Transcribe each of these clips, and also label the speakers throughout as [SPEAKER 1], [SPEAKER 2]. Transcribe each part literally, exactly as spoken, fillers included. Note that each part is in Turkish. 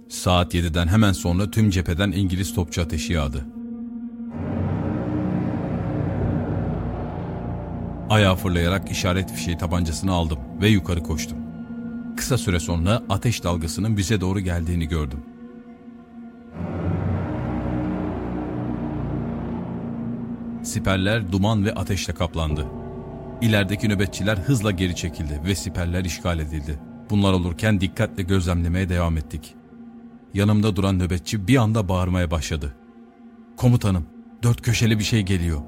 [SPEAKER 1] Saat yediden hemen sonra tüm cepheden İngiliz topçu ateşi yağdı. Ayağa fırlayarak işaret fişeği tabancasını aldım ve yukarı koştum. Kısa süre sonra ateş dalgasının bize doğru geldiğini gördüm. Siperler duman ve ateşle kaplandı. İlerideki nöbetçiler hızla geri çekildi ve siperler işgal edildi. Bunlar olurken dikkatle gözlemlemeye devam ettik. Yanımda duran nöbetçi bir anda bağırmaya başladı. "Komutanım, dört köşeli bir şey geliyor."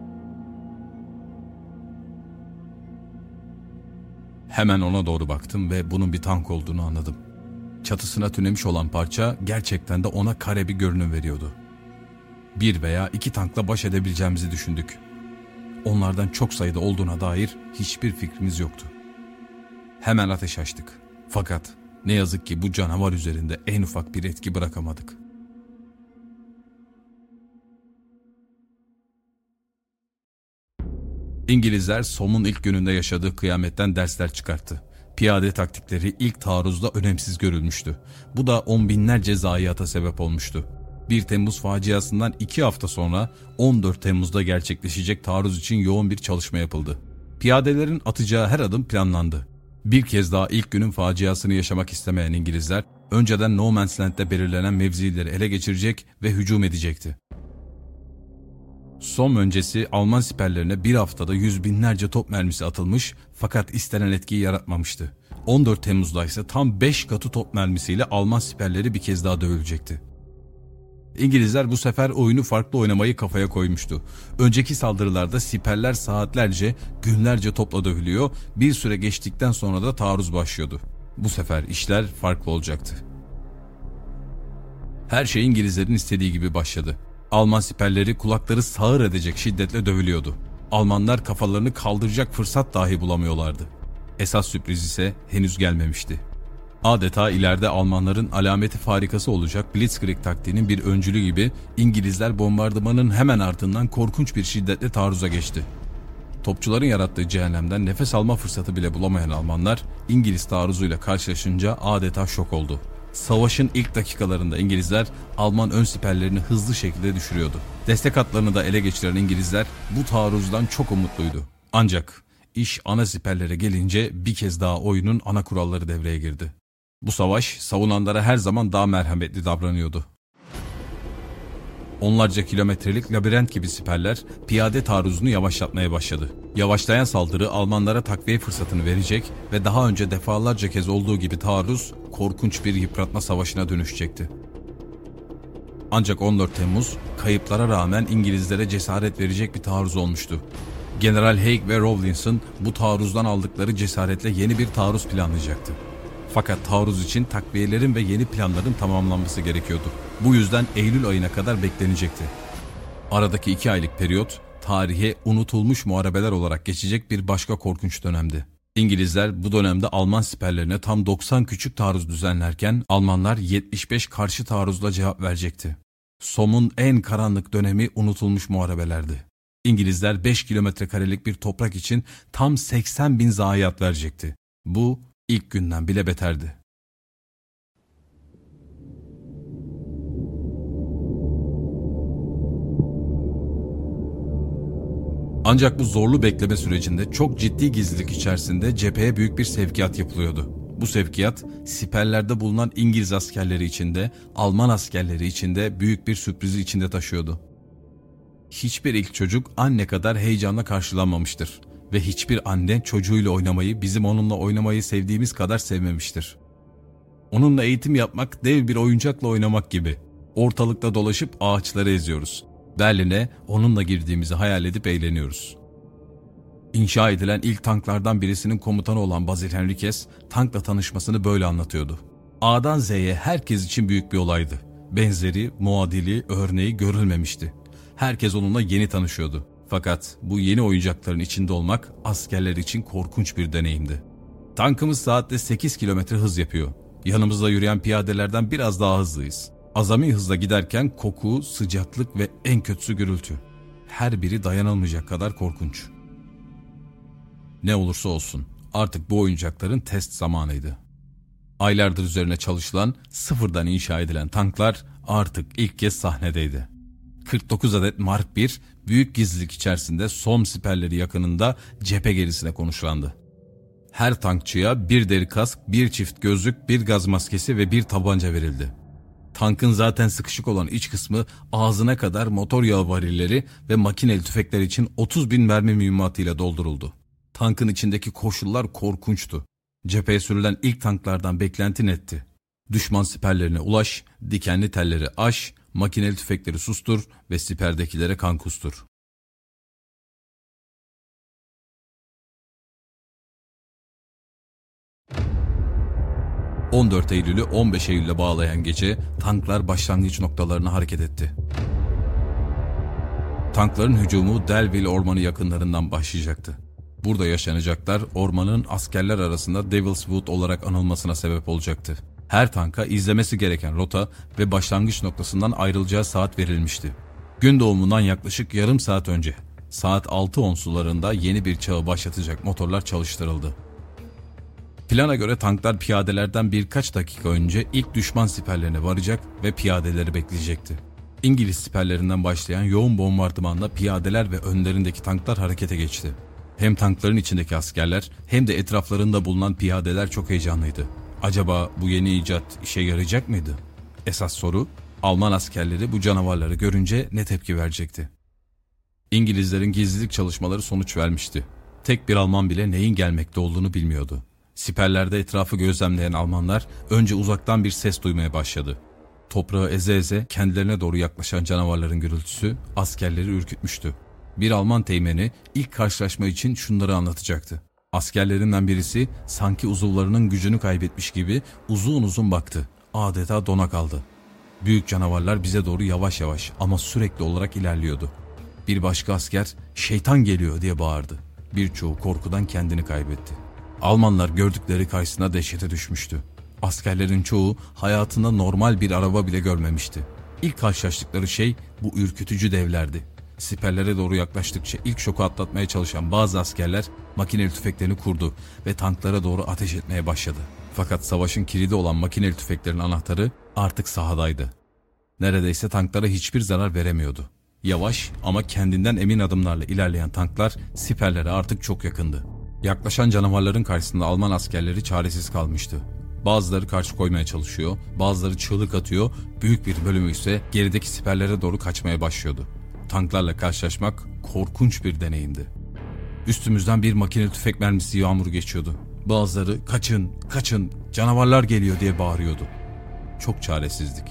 [SPEAKER 1] Hemen ona doğru baktım ve bunun bir tank olduğunu anladım. Çatısına tünemiş olan parça gerçekten de ona kare bir görünüm veriyordu. Bir veya iki tankla baş edebileceğimizi düşündük. Onlardan çok sayıda olduğuna dair hiçbir fikrimiz yoktu. Hemen ateş açtık. Fakat ne yazık ki bu canavar üzerinde en ufak bir etki bırakamadık. İngilizler Somm'un ilk gününde yaşadığı kıyametten dersler çıkarttı. Piyade taktikleri ilk taarruzda önemsiz görülmüştü. Bu da on binlerce zayiata sebep olmuştu. bir Temmuz faciasından iki hafta sonra on dört Temmuz'da gerçekleşecek taarruz için yoğun bir çalışma yapıldı. Piyadelerin atacağı her adım planlandı. Bir kez daha ilk günün faciasını yaşamak istemeyen İngilizler, önceden No Man's Land'de belirlenen mevzileri ele geçirecek ve hücum edecekti. Somme öncesi Alman siperlerine bir haftada yüz binlerce top mermisi atılmış fakat istenen etkiyi yaratmamıştı. on dört Temmuz'da ise tam beş katı top mermisiyle Alman siperleri bir kez daha dövülecekti. İngilizler bu sefer oyunu farklı oynamayı kafaya koymuştu. Önceki saldırılarda siperler saatlerce, günlerce topla dövülüyor, bir süre geçtikten sonra da taarruz başlıyordu. Bu sefer işler farklı olacaktı. Her şey İngilizlerin istediği gibi başladı. Alman siperleri kulakları sağır edecek şiddetle dövülüyordu. Almanlar kafalarını kaldıracak fırsat dahi bulamıyorlardı. Esas sürpriz ise henüz gelmemişti. Adeta ileride Almanların alameti farikası olacak Blitzkrieg taktiğinin bir öncülü gibi İngilizler bombardımanın hemen ardından korkunç bir şiddetle taarruza geçti. Topçuların yarattığı cehennemden nefes alma fırsatı bile bulamayan Almanlar İngiliz taarruzuyla karşılaşınca adeta şok oldu. Savaşın ilk dakikalarında İngilizler Alman ön siperlerini hızlı şekilde düşürüyordu. Destek hatlarını da ele geçiren İngilizler bu taarruzdan çok umutluydu. Ancak iş ana siperlere gelince bir kez daha oyunun ana kuralları devreye girdi. Bu savaş savunanlara her zaman daha merhametli davranıyordu. Onlarca kilometrelik labirent gibi siperler piyade taarruzunu yavaşlatmaya başladı. Yavaşlayan saldırı Almanlara takviye fırsatını verecek ve daha önce defalarca kez olduğu gibi taarruz korkunç bir yıpratma savaşına dönüşecekti. Ancak on dört Temmuz kayıplara rağmen İngilizlere cesaret verecek bir taarruz olmuştu. General Haig ve Rawlinson bu taarruzdan aldıkları cesaretle yeni bir taarruz planlayacaktı. Fakat taarruz için takviyelerin ve yeni planların tamamlanması gerekiyordu. Bu yüzden Eylül ayına kadar beklenecekti. Aradaki iki aylık periyot, tarihe unutulmuş muharebeler olarak geçecek bir başka korkunç dönemdi. İngilizler bu dönemde Alman siperlerine tam doksan küçük taarruz düzenlerken Almanlar yetmiş beş karşı taarruzla cevap verecekti. Somme'un en karanlık dönemi unutulmuş muharebelerdi. İngilizler beş kilometre karelik bir toprak için tam seksen bin zayiat verecekti. Bu ilk günden bile beterdi. Ancak bu zorlu bekleme sürecinde çok ciddi gizlilik içerisinde cepheye büyük bir sevkiyat yapılıyordu. Bu sevkiyat siperlerde bulunan İngiliz askerleri için de Alman askerleri için de büyük bir sürprizi içinde taşıyordu. Hiçbir ilk çocuk anne kadar heyecanla karşılanmamıştır ve hiçbir anne çocuğuyla oynamayı bizim onunla oynamayı sevdiğimiz kadar sevmemiştir. Onunla eğitim yapmak dev bir oyuncakla oynamak gibi. Ortalıkta dolaşıp ağaçları eziyoruz. Berlin'e onunla girdiğimizi hayal edip eğleniyoruz. İnşa edilen ilk tanklardan birisinin komutanı olan Basil Henriques, tankla tanışmasını böyle anlatıyordu. A'dan Z'ye herkes için büyük bir olaydı. Benzeri, muadili, örneği görülmemişti. Herkes onunla yeni tanışıyordu. Fakat bu yeni oyuncakların içinde olmak askerler için korkunç bir deneyimdi. Tankımız saatte sekiz kilometre hız yapıyor. Yanımızda yürüyen piyadelerden biraz daha hızlıyız. Azami hızla giderken koku, sıcaklık ve en kötüsü gürültü. Her biri dayanılmayacak kadar korkunç. Ne olursa olsun artık bu oyuncakların test zamanıydı. Aylardır üzerine çalışılan, sıfırdan inşa edilen tanklar artık ilk kez sahnedeydi. kırk dokuz adet Mark bir, büyük gizlilik içerisinde Somme siperleri yakınında cephe gerisine konuşlandı. Her tankçıya bir deri kask, bir çift gözlük, bir gaz maskesi ve bir tabanca verildi. Tankın zaten sıkışık olan iç kısmı ağzına kadar motor yağı varilleri ve makineli tüfekler için otuz bin mermi mühimmatıyla dolduruldu. Tankın içindeki koşullar korkunçtu. Cepheye sürülen ilk tanklardan beklenti netti. Düşman siperlerine ulaş, dikenli telleri aş, makineli tüfekleri sustur ve siperdekilere kan kustur. on dört Eylül'ü on beş Eylül'e bağlayan gece tanklar başlangıç noktalarına hareket etti. Tankların hücumu Delville Ormanı yakınlarından başlayacaktı. Burada yaşanacaklar ormanın askerler arasında Devil's Wood olarak anılmasına sebep olacaktı. Her tanka izlemesi gereken rota ve başlangıç noktasından ayrılacağı saat verilmişti. Gün doğumundan yaklaşık yarım saat önce saat altı on sularında yeni bir çağı başlatacak motorlar çalıştırıldı. Plana göre tanklar piyadelerden birkaç dakika önce ilk düşman siperlerine varacak ve piyadeleri bekleyecekti. İngiliz siperlerinden başlayan yoğun bombardımanla piyadeler ve önlerindeki tanklar harekete geçti. Hem tankların içindeki askerler hem de etraflarında bulunan piyadeler çok heyecanlıydı. Acaba bu yeni icat işe yarayacak mıydı? Esas soru, Alman askerleri bu canavarları görünce ne tepki verecekti? İngilizlerin gizlilik çalışmaları sonuç vermişti. Tek bir Alman bile neyin gelmekte olduğunu bilmiyordu. Siperlerde etrafı gözlemleyen Almanlar önce uzaktan bir ses duymaya başladı. Toprağı eze eze kendilerine doğru yaklaşan canavarların gürültüsü askerleri ürkütmüştü. Bir Alman teğmeni ilk karşılaşma için şunları anlatacaktı. Askerlerinden birisi sanki uzuvlarının gücünü kaybetmiş gibi uzun uzun baktı. Adeta dona kaldı. Büyük canavarlar bize doğru yavaş yavaş ama sürekli olarak ilerliyordu. Bir başka asker "Şeytan geliyor!" diye bağırdı. Birçoğu korkudan kendini kaybetti. Almanlar gördükleri karşısına dehşete düşmüştü. Askerlerin çoğu hayatında normal bir araba bile görmemişti. İlk karşılaştıkları şey bu ürkütücü devlerdi. Siperlere doğru yaklaştıkça ilk şoku atlatmaya çalışan bazı askerler makineli tüfeklerini kurdu ve tanklara doğru ateş etmeye başladı. Fakat savaşın kilidi olan makineli tüfeklerin anahtarı artık sahadaydı. Neredeyse tanklara hiçbir zarar veremiyordu. Yavaş ama kendinden emin adımlarla ilerleyen tanklar siperlere artık çok yakındı. Yaklaşan canavarların karşısında Alman askerleri çaresiz kalmıştı. Bazıları karşı koymaya çalışıyor, bazıları çığlık atıyor, büyük bir bölümü ise gerideki siperlere doğru kaçmaya başlıyordu. Tanklarla karşılaşmak korkunç bir deneyimdi. Üstümüzden bir makineli tüfek mermisi yağmuru geçiyordu. Bazıları "Kaçın, kaçın, canavarlar geliyor!" diye bağırıyordu. Çok çaresizdik.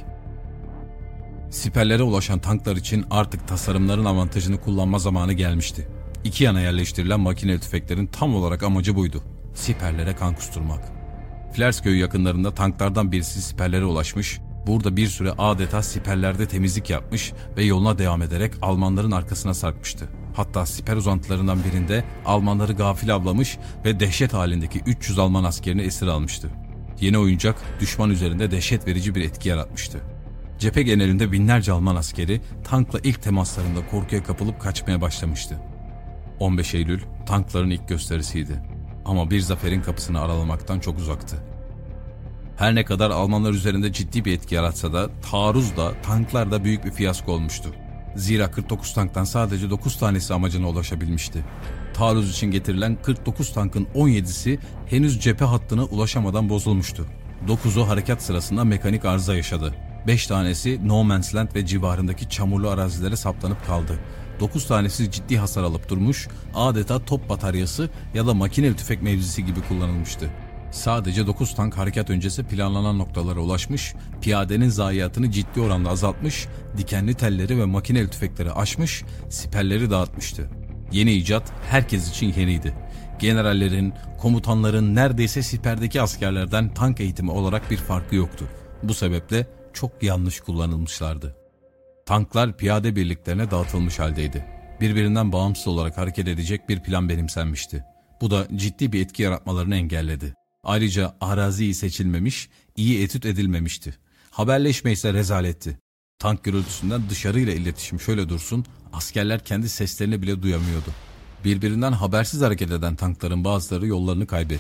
[SPEAKER 1] Siperlere ulaşan tanklar için artık tasarımların avantajını kullanma zamanı gelmişti. İki yana yerleştirilen makineli tüfeklerin tam olarak amacı buydu. Siperlere kan kusturmak. Flers köyü yakınlarında tanklardan birisi siperlere ulaşmış, burada bir süre adeta siperlerde temizlik yapmış ve yoluna devam ederek Almanların arkasına sarkmıştı. Hatta siper uzantılarından birinde Almanları gafil avlamış ve dehşet halindeki üç yüz Alman askerini esir almıştı. Yeni oyuncak düşman üzerinde dehşet verici bir etki yaratmıştı. Cephe genelinde binlerce Alman askeri tankla ilk temaslarında korkuya kapılıp kaçmaya başlamıştı. on beş Eylül tankların ilk gösterisiydi. Ama bir zaferin kapısını aralamaktan çok uzaktı. Her ne kadar Almanlar üzerinde ciddi bir etki yaratsa da taarruz da tanklar da büyük bir fiyasko olmuştu. Zira kırk dokuz tanktan sadece dokuz tanesi amacına ulaşabilmişti. Taarruz için getirilen kırk dokuz tankın on yedisi henüz cephe hattına ulaşamadan bozulmuştu. dokuzu harekat sırasında mekanik arıza yaşadı. beş tanesi No Man's Land ve civarındaki çamurlu arazilere saplanıp kaldı. dokuz tanesi ciddi hasar alıp durmuş, adeta top bataryası ya da makineli tüfek mevzisi gibi kullanılmıştı. Sadece dokuz tank harekat öncesi planlanan noktalara ulaşmış, piyadenin zayiatını ciddi oranda azaltmış, dikenli telleri ve makineli tüfekleri aşmış, siperleri dağıtmıştı. Yeni icat herkes için yeniydi. Generallerin, komutanların neredeyse siperdeki askerlerden tank eğitimi olarak bir farkı yoktu. Bu sebeple çok yanlış kullanılmışlardı. Tanklar piyade birliklerine dağıtılmış haldeydi. Birbirinden bağımsız olarak hareket edecek bir plan benimsenmişti. Bu da ciddi bir etki yaratmalarını engelledi. Ayrıca arazi iyi seçilmemiş, iyi etüt edilmemişti. Haberleşme ise rezaletti. Tank gürültüsünden dışarıyla iletişim şöyle dursun, askerler kendi seslerini bile duyamıyordu. Birbirinden habersiz hareket eden tankların bazıları yollarını kaybetti.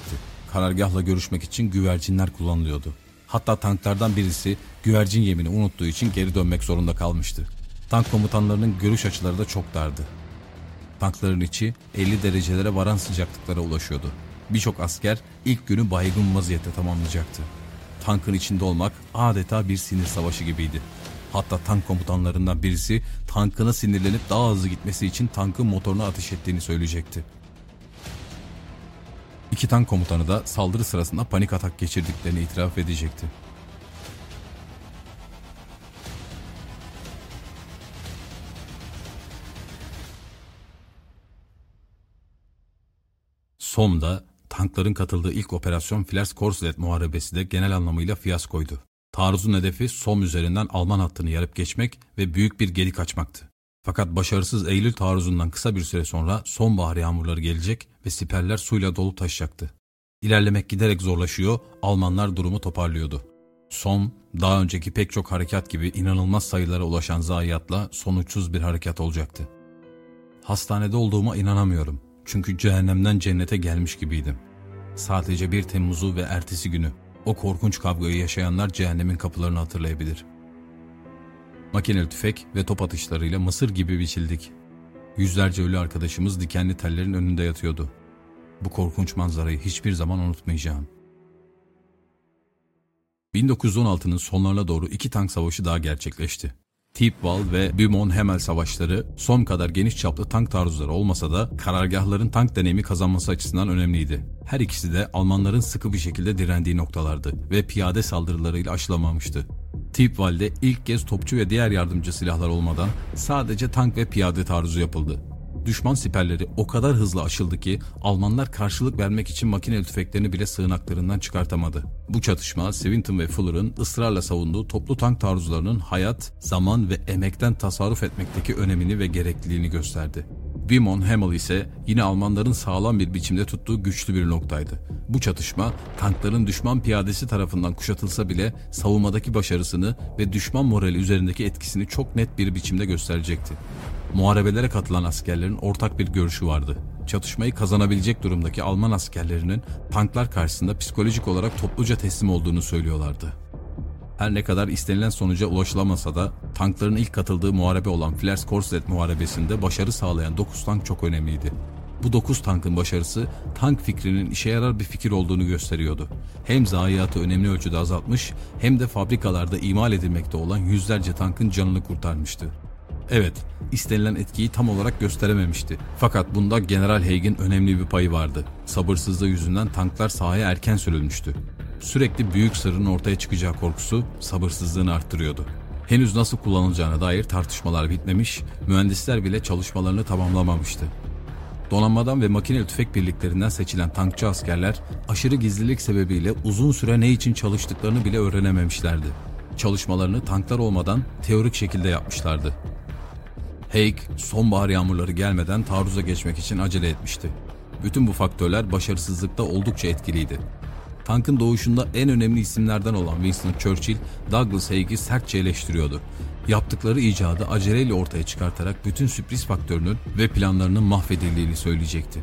[SPEAKER 1] karargahla görüşmek için güvercinler kullanılıyordu. Hatta tanklardan birisi güvercin yemini unuttuğu için geri dönmek zorunda kalmıştı. Tank komutanlarının görüş açıları da çok dardı. Tankların içi elli derecelere varan sıcaklıklara ulaşıyordu. Birçok asker ilk günü baygın vaziyette tamamlayacaktı. Tankın içinde olmak adeta bir sinir savaşı gibiydi. Hatta tank komutanlarından birisi tankına sinirlenip daha hızlı gitmesi için tankın motoruna ateş ettiğini söyleyecekti. İki tank komutanı da saldırı sırasında panik atak geçirdiklerini itiraf edecekti. Somm'da tankların katıldığı ilk operasyon Flers-Courcelette muharebesi de genel anlamıyla fiyaskoydu. Taarruzun hedefi Somme üzerinden Alman hattını yarıp geçmek ve büyük bir gelik açmaktı. Fakat başarısız Eylül taarruzundan kısa bir süre sonra sonbahar yağmurları gelecek ve siperler suyla dolup taşacaktı. İlerlemek giderek zorlaşıyor, Almanlar durumu toparlıyordu. Somme, daha önceki pek çok harekat gibi inanılmaz sayılara ulaşan zayiatla sonuçsuz bir harekat olacaktı. Hastanede olduğuma inanamıyorum. Çünkü cehennemden cennete gelmiş gibiydim. Sadece bir Temmuz'u ve ertesi günü o korkunç kavgayı yaşayanlar cehennemin kapılarını hatırlayabilir. Makineli tüfek ve top atışlarıyla mısır gibi biçildik. Yüzlerce ölü arkadaşımız dikenli tellerin önünde yatıyordu. Bu korkunç manzarayı hiçbir zaman unutmayacağım. bin dokuz yüz on altının sonlarına doğru iki tank savaşı daha gerçekleşti. Thiepval ve Beaumont-Hamel savaşları Somme kadar geniş çaplı tank taarruzları olmasa da karargahların tank deneyimi kazanması açısından önemliydi. Her ikisi de Almanların sıkı bir şekilde direndiği noktalardı ve piyade saldırılarıyla aşılamamıştı. Thiepval'de ilk kez topçu ve diğer yardımcı silahlar olmadan sadece tank ve piyade taarruzu yapıldı. Düşman siperleri o kadar hızlı aşıldı ki Almanlar karşılık vermek için makineli tüfeklerini bile sığınaklarından çıkartamadı. Bu çatışma Swinton ve Fuller'ın ısrarla savunduğu toplu tank taarruzlarının hayat, zaman ve emekten tasarruf etmekteki önemini ve gerekliliğini gösterdi. Beaumont-Hamel ise yine Almanların sağlam bir biçimde tuttuğu güçlü bir noktaydı. Bu çatışma tankların düşman piyadesi tarafından kuşatılsa bile savunmadaki başarısını ve düşman morali üzerindeki etkisini çok net bir biçimde gösterecekti. Muharebelere katılan askerlerin ortak bir görüşü vardı. Çatışmayı kazanabilecek durumdaki Alman askerlerinin tanklar karşısında psikolojik olarak topluca teslim olduğunu söylüyorlardı. Her ne kadar istenilen sonuca ulaşılamasa da tankların ilk katıldığı muharebe olan Flers-Courcelette muharebesinde başarı sağlayan dokuz tank çok önemliydi. Bu dokuz tankın başarısı tank fikrinin işe yarar bir fikir olduğunu gösteriyordu. Hem zayiatı önemli ölçüde azaltmış hem de fabrikalarda imal edilmekte olan yüzlerce tankın canını kurtarmıştı. Evet, istenilen etkiyi tam olarak gösterememişti. Fakat bunda General Haig'in önemli bir payı vardı. Sabırsızlığı yüzünden tanklar sahaya erken sürülmüştü. Sürekli büyük sırrın ortaya çıkacağı korkusu sabırsızlığını arttırıyordu. Henüz nasıl kullanılacağına dair tartışmalar bitmemiş, mühendisler bile çalışmalarını tamamlamamıştı. Donanmadan ve makineli tüfek birliklerinden seçilen tankçı askerler aşırı gizlilik sebebiyle uzun süre ne için çalıştıklarını bile öğrenememişlerdi. Çalışmalarını tanklar olmadan teorik şekilde yapmışlardı. Haig, sonbahar yağmurları gelmeden taarruza geçmek için acele etmişti. Bütün bu faktörler başarısızlıkta oldukça etkiliydi. Tankın doğuşunda en önemli isimlerden olan Winston Churchill, Douglas Haig'i sertçe eleştiriyordu. Yaptıkları icadı aceleyle ortaya çıkartarak bütün sürpriz faktörünün ve planlarının mahvedildiğini söyleyecekti.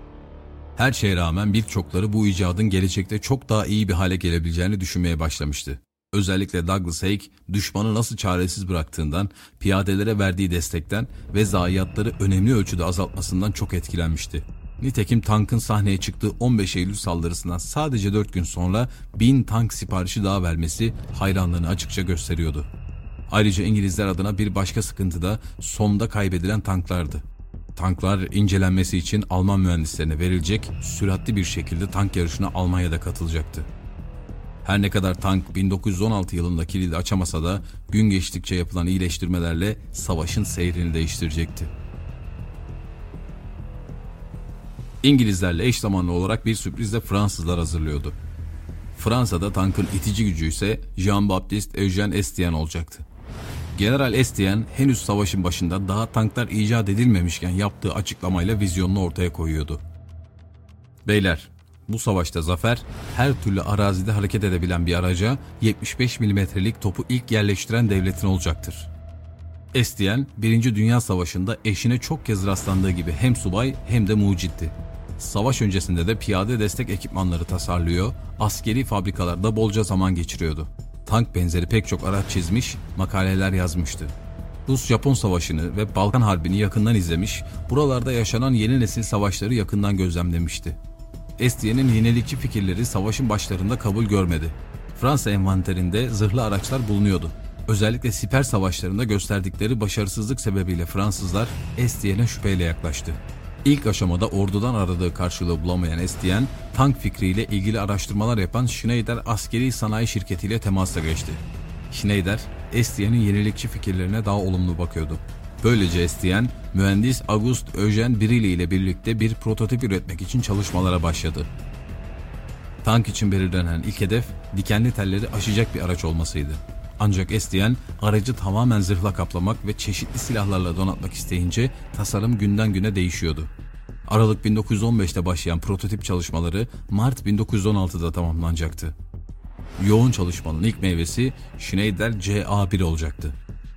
[SPEAKER 1] Her şeye rağmen birçokları bu icadın gelecekte çok daha iyi bir hale gelebileceğini düşünmeye başlamıştı. Özellikle Douglas Haig, düşmanı nasıl çaresiz bıraktığından, piyadelere verdiği destekten ve zayiatları önemli ölçüde azaltmasından çok etkilenmişti. Nitekim tankın sahneye çıktığı on beş Eylül saldırısından sadece dört gün sonra bin tank siparişi daha vermesi hayranlığını açıkça gösteriyordu. Ayrıca İngilizler adına bir başka sıkıntı da Somme'da kaybedilen tanklardı. Tanklar incelenmesi için Alman mühendislerine verilecek, süratli bir şekilde tank yarışına Almanya'da katılacaktı. Her ne kadar tank bin dokuz yüz on altı yılında kilidi açamasa da gün geçtikçe yapılan iyileştirmelerle savaşın seyrini değiştirecekti. İngilizlerle eş zamanlı olarak bir sürpriz de Fransızlar hazırlıyordu. Fransa'da tankın itici gücü ise Jean-Baptiste Eugène Estienne olacaktı. General Estienne henüz savaşın başında daha tanklar icat edilmemişken yaptığı açıklamayla vizyonunu ortaya koyuyordu. Beyler, bu savaşta zafer her türlü arazide hareket edebilen bir araca yetmiş beş milimetrelik topu ilk yerleştiren devletin olacaktır. Estienne, Birinci Dünya Savaşı'nda eşine çok kez rastlandığı gibi hem subay hem de mucitti. Savaş öncesinde de piyade destek ekipmanları tasarlıyor, askeri fabrikalarda bolca zaman geçiriyordu. Tank benzeri pek çok araç çizmiş, makaleler yazmıştı. Rus-Japon Savaşı'nı ve Balkan Harbi'ni yakından izlemiş, buralarda yaşanan yeni nesil savaşları yakından gözlemlemişti. Estienne'in yenilikçi fikirleri savaşın başlarında kabul görmedi. Fransa envanterinde zırhlı araçlar bulunuyordu. Özellikle siper savaşlarında gösterdikleri başarısızlık sebebiyle Fransızlar Estienne'e şüpheyle yaklaştı. İlk aşamada ordudan aradığı karşılığı bulamayan Estienne, tank fikriyle ilgili araştırmalar yapan Schneider Askeri Sanayi Şirketi ile temasa geçti. Schneider, Estienne'in yenilikçi fikirlerine daha olumlu bakıyordu. Böylece Estienne, mühendis Auguste Eugène Brille ile birlikte bir prototip üretmek için çalışmalara başladı. Tank için belirlenen ilk hedef, dikenli telleri aşacak bir araç olmasıydı. Ancak Estienne, aracı tamamen zırhla kaplamak ve çeşitli silahlarla donatmak isteyince tasarım günden güne değişiyordu. Aralık bin dokuz yüz on beşte başlayan prototip çalışmaları Mart bin dokuz yüz on altıda tamamlanacaktı. Yoğun çalışmanın ilk meyvesi Schneider C A bir olacaktı.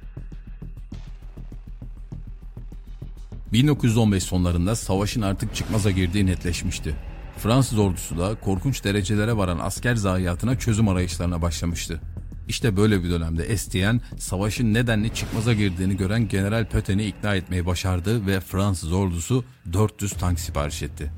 [SPEAKER 1] bin dokuz yüz on beş sonlarında savaşın artık çıkmaza girdiği netleşmişti. Fransız ordusu da korkunç derecelere varan asker zayiatına çözüm arayışlarına başlamıştı. İşte böyle bir dönemde Estienne, savaşın nedenli çıkmaza girdiğini gören General Peyton'u ikna etmeyi başardı ve Fransız ordusu dört yüz tank sipariş etti.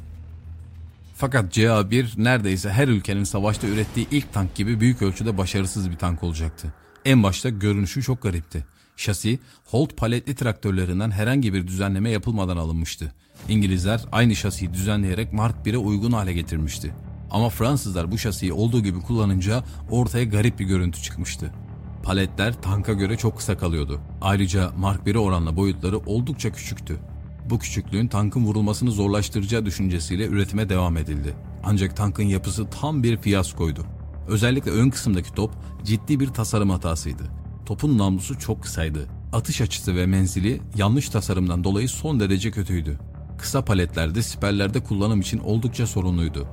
[SPEAKER 1] Fakat C A bir neredeyse her ülkenin savaşta ürettiği ilk tank gibi büyük ölçüde başarısız bir tank olacaktı. En başta görünüşü çok garipti. Şasi, Holt paletli traktörlerinden herhangi bir düzenleme yapılmadan alınmıştı. İngilizler aynı şasiyi düzenleyerek Mark bire uygun hale getirmişti. Ama Fransızlar bu şasiyi olduğu gibi kullanınca ortaya garip bir görüntü çıkmıştı. Paletler tanka göre çok kısa kalıyordu. Ayrıca Mark bire oranla boyutları oldukça küçüktü. Bu küçüklüğün tankın vurulmasını zorlaştıracağı düşüncesiyle üretime devam edildi. Ancak tankın yapısı tam bir fiyaskoydu. Özellikle ön kısımdaki top ciddi bir tasarım hatasıydı. Topun namlusu çok kısaydı. Atış açısı ve menzili yanlış tasarımdan dolayı son derece kötüydü. Kısa paletlerde siperlerde kullanım için oldukça sorunluydu.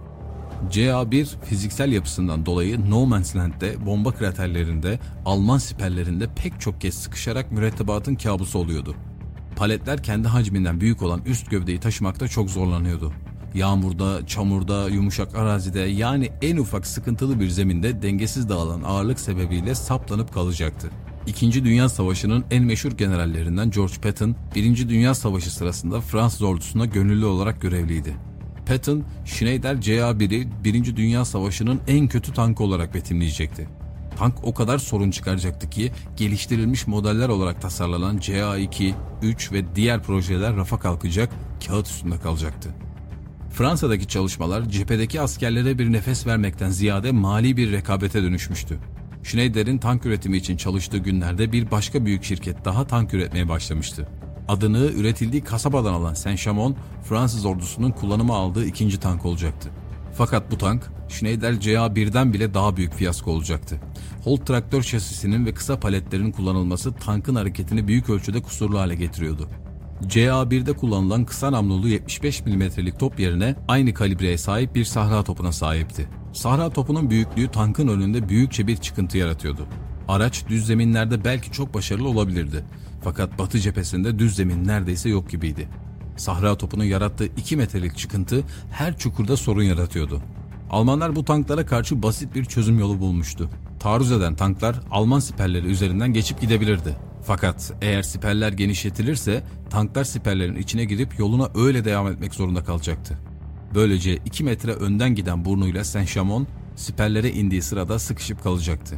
[SPEAKER 1] C A bir fiziksel yapısından dolayı No Man's Land'de, bomba kraterlerinde, Alman siperlerinde pek çok kez sıkışarak mürettebatın kabusu oluyordu. Paletler kendi hacminden büyük olan üst gövdeyi taşımakta çok zorlanıyordu. Yağmurda, çamurda, yumuşak arazide, yani en ufak sıkıntılı bir zeminde dengesiz dağılan ağırlık sebebiyle saplanıp kalacaktı. İkinci Dünya Savaşı'nın en meşhur generallerinden George Patton, Birinci Dünya Savaşı sırasında Fransız ordusuna gönüllü olarak görevliydi. Patton, Schneider C A bir'i Birinci Dünya Savaşı'nın en kötü tankı olarak betimleyecekti. Tank o kadar sorun çıkaracaktı ki geliştirilmiş modeller olarak tasarlanan C A iki, üç ve diğer projeler rafa kalkacak, kağıt üstünde kalacaktı. Fransa'daki çalışmalar cephedeki askerlere bir nefes vermekten ziyade mali bir rekabete dönüşmüştü. Schneider'in tank üretimi için çalıştığı günlerde bir başka büyük şirket daha tank üretmeye başlamıştı. Adını üretildiği kasabadan alan Saint-Chamond, Fransız ordusunun kullanıma aldığı ikinci tank olacaktı. Fakat bu tank, Schneider C A bir'den bile daha büyük fiyasko olacaktı. Holt traktör şasisinin ve kısa paletlerin kullanılması tankın hareketini büyük ölçüde kusurlu hale getiriyordu. C A bir'de kullanılan kısa namlulu yetmiş beş milimetrelik top yerine aynı kalibreye sahip bir sahra topuna sahipti. Sahra topunun büyüklüğü tankın önünde büyükçe bir çıkıntı yaratıyordu. Araç düz zeminlerde belki çok başarılı olabilirdi. Fakat batı cephesinde düz zemin neredeyse yok gibiydi. Sahra topunun yarattığı iki metrelik çıkıntı her çukurda sorun yaratıyordu. Almanlar bu tanklara karşı basit bir çözüm yolu bulmuştu. Taarruz eden tanklar Alman siperleri üzerinden geçip gidebilirdi. Fakat eğer siperler genişletilirse tanklar siperlerin içine girip yoluna öyle devam etmek zorunda kalacaktı. Böylece iki metre önden giden burnuyla Saint-Chamond siperlere indiği sırada sıkışıp kalacaktı.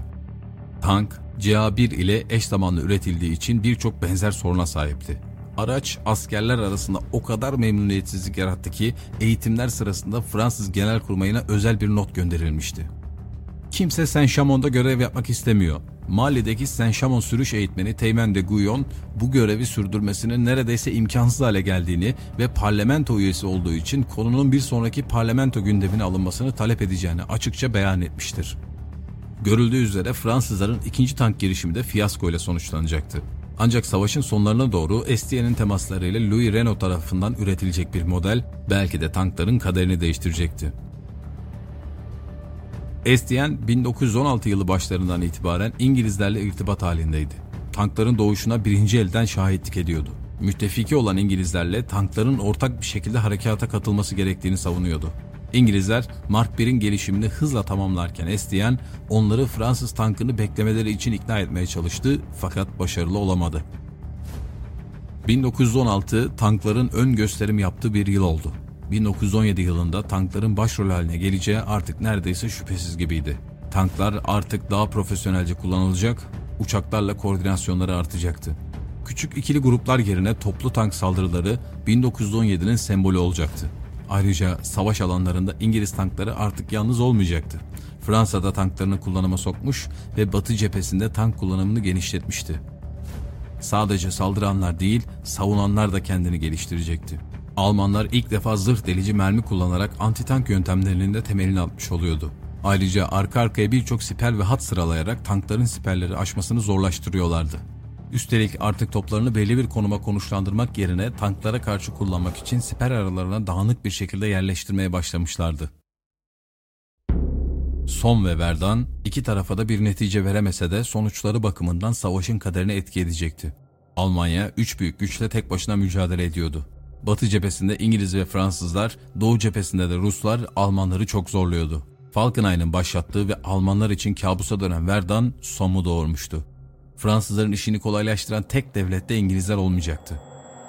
[SPEAKER 1] Tank C A bir ile eş zamanlı üretildiği için birçok benzer soruna sahipti. Araç askerler arasında o kadar memnuniyetsizlik yarattı ki eğitimler sırasında Fransız Genelkurmayı'na özel bir not gönderilmişti. Kimse Saint-Chamond'da görev yapmak istemiyor. Mali'deki Saint-Chamond sürüş eğitmeni Teğmen de Guyon bu görevi sürdürmesinin neredeyse imkansız hale geldiğini ve parlamento üyesi olduğu için konunun bir sonraki parlamento gündemine alınmasını talep edeceğini açıkça beyan etmiştir. Görüldüğü üzere Fransızların ikinci tank girişimi de fiyaskoyla sonuçlanacaktı. Ancak savaşın sonlarına doğru Estienne'in temaslarıyla Louis Renault tarafından üretilecek bir model belki de tankların kaderini değiştirecekti. Estienne bin dokuz yüz on altı yılı başlarından itibaren İngilizlerle irtibat halindeydi. Tankların doğuşuna birinci elden şahitlik ediyordu. Müttefiki olan İngilizlerle tankların ortak bir şekilde harekata katılması gerektiğini savunuyordu. İngilizler Mark birin gelişimini hızla tamamlarken Estienne onları Fransız tankını beklemeleri için ikna etmeye çalıştı fakat başarılı olamadı. bin dokuz yüz on altı tankların ön gösterim yaptığı bir yıl oldu. bin dokuz yüz on yedi yılında tankların başrol haline geleceği artık neredeyse şüphesiz gibiydi. Tanklar artık daha profesyonelce kullanılacak, uçaklarla koordinasyonları artacaktı. Küçük ikili gruplar yerine toplu tank saldırıları bin dokuz yüz on yedinin sembolü olacaktı. Ayrıca savaş alanlarında İngiliz tankları artık yalnız olmayacaktı. Fransa'da tanklarını kullanıma sokmuş ve Batı cephesinde tank kullanımını genişletmişti. Sadece saldıranlar değil, savunanlar da kendini geliştirecekti. Almanlar ilk defa zırh delici mermi kullanarak anti-tank yöntemlerinin de temelini atmış oluyordu. Ayrıca arka arkaya birçok siper ve hat sıralayarak tankların siperleri aşmasını zorlaştırıyorlardı. Üstelik artık toplarını belli bir konuma konuşlandırmak yerine tanklara karşı kullanmak için siper aralarına dağınık bir şekilde yerleştirmeye başlamışlardı. Somme ve Verdun iki tarafa da bir netice veremese de sonuçları bakımından savaşın kaderine etki edecekti. Almanya üç büyük güçle tek başına mücadele ediyordu. Batı cephesinde İngiliz ve Fransızlar, Doğu cephesinde de Ruslar Almanları çok zorluyordu. Falkenhayn'ın başlattığı ve Almanlar için kabusa dönen Verdun Somme'u doğurmuştu. Fransızların işini kolaylaştıran tek devlet de İngilizler olmayacaktı.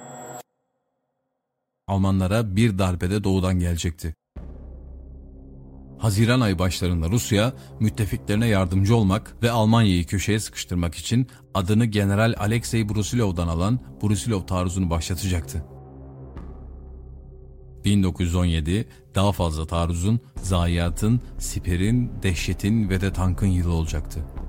[SPEAKER 1] Almanlara bir darbede doğudan gelecekti. Haziran ayı başlarında Rusya, müttefiklerine yardımcı olmak ve Almanya'yı köşeye sıkıştırmak için adını General Alexey Brusilov'dan alan Brusilov taarruzunu başlatacaktı. bin dokuz yüz on yedi daha fazla taarruzun, zayiatın, siperin, dehşetin ve de tankın yılı olacaktı.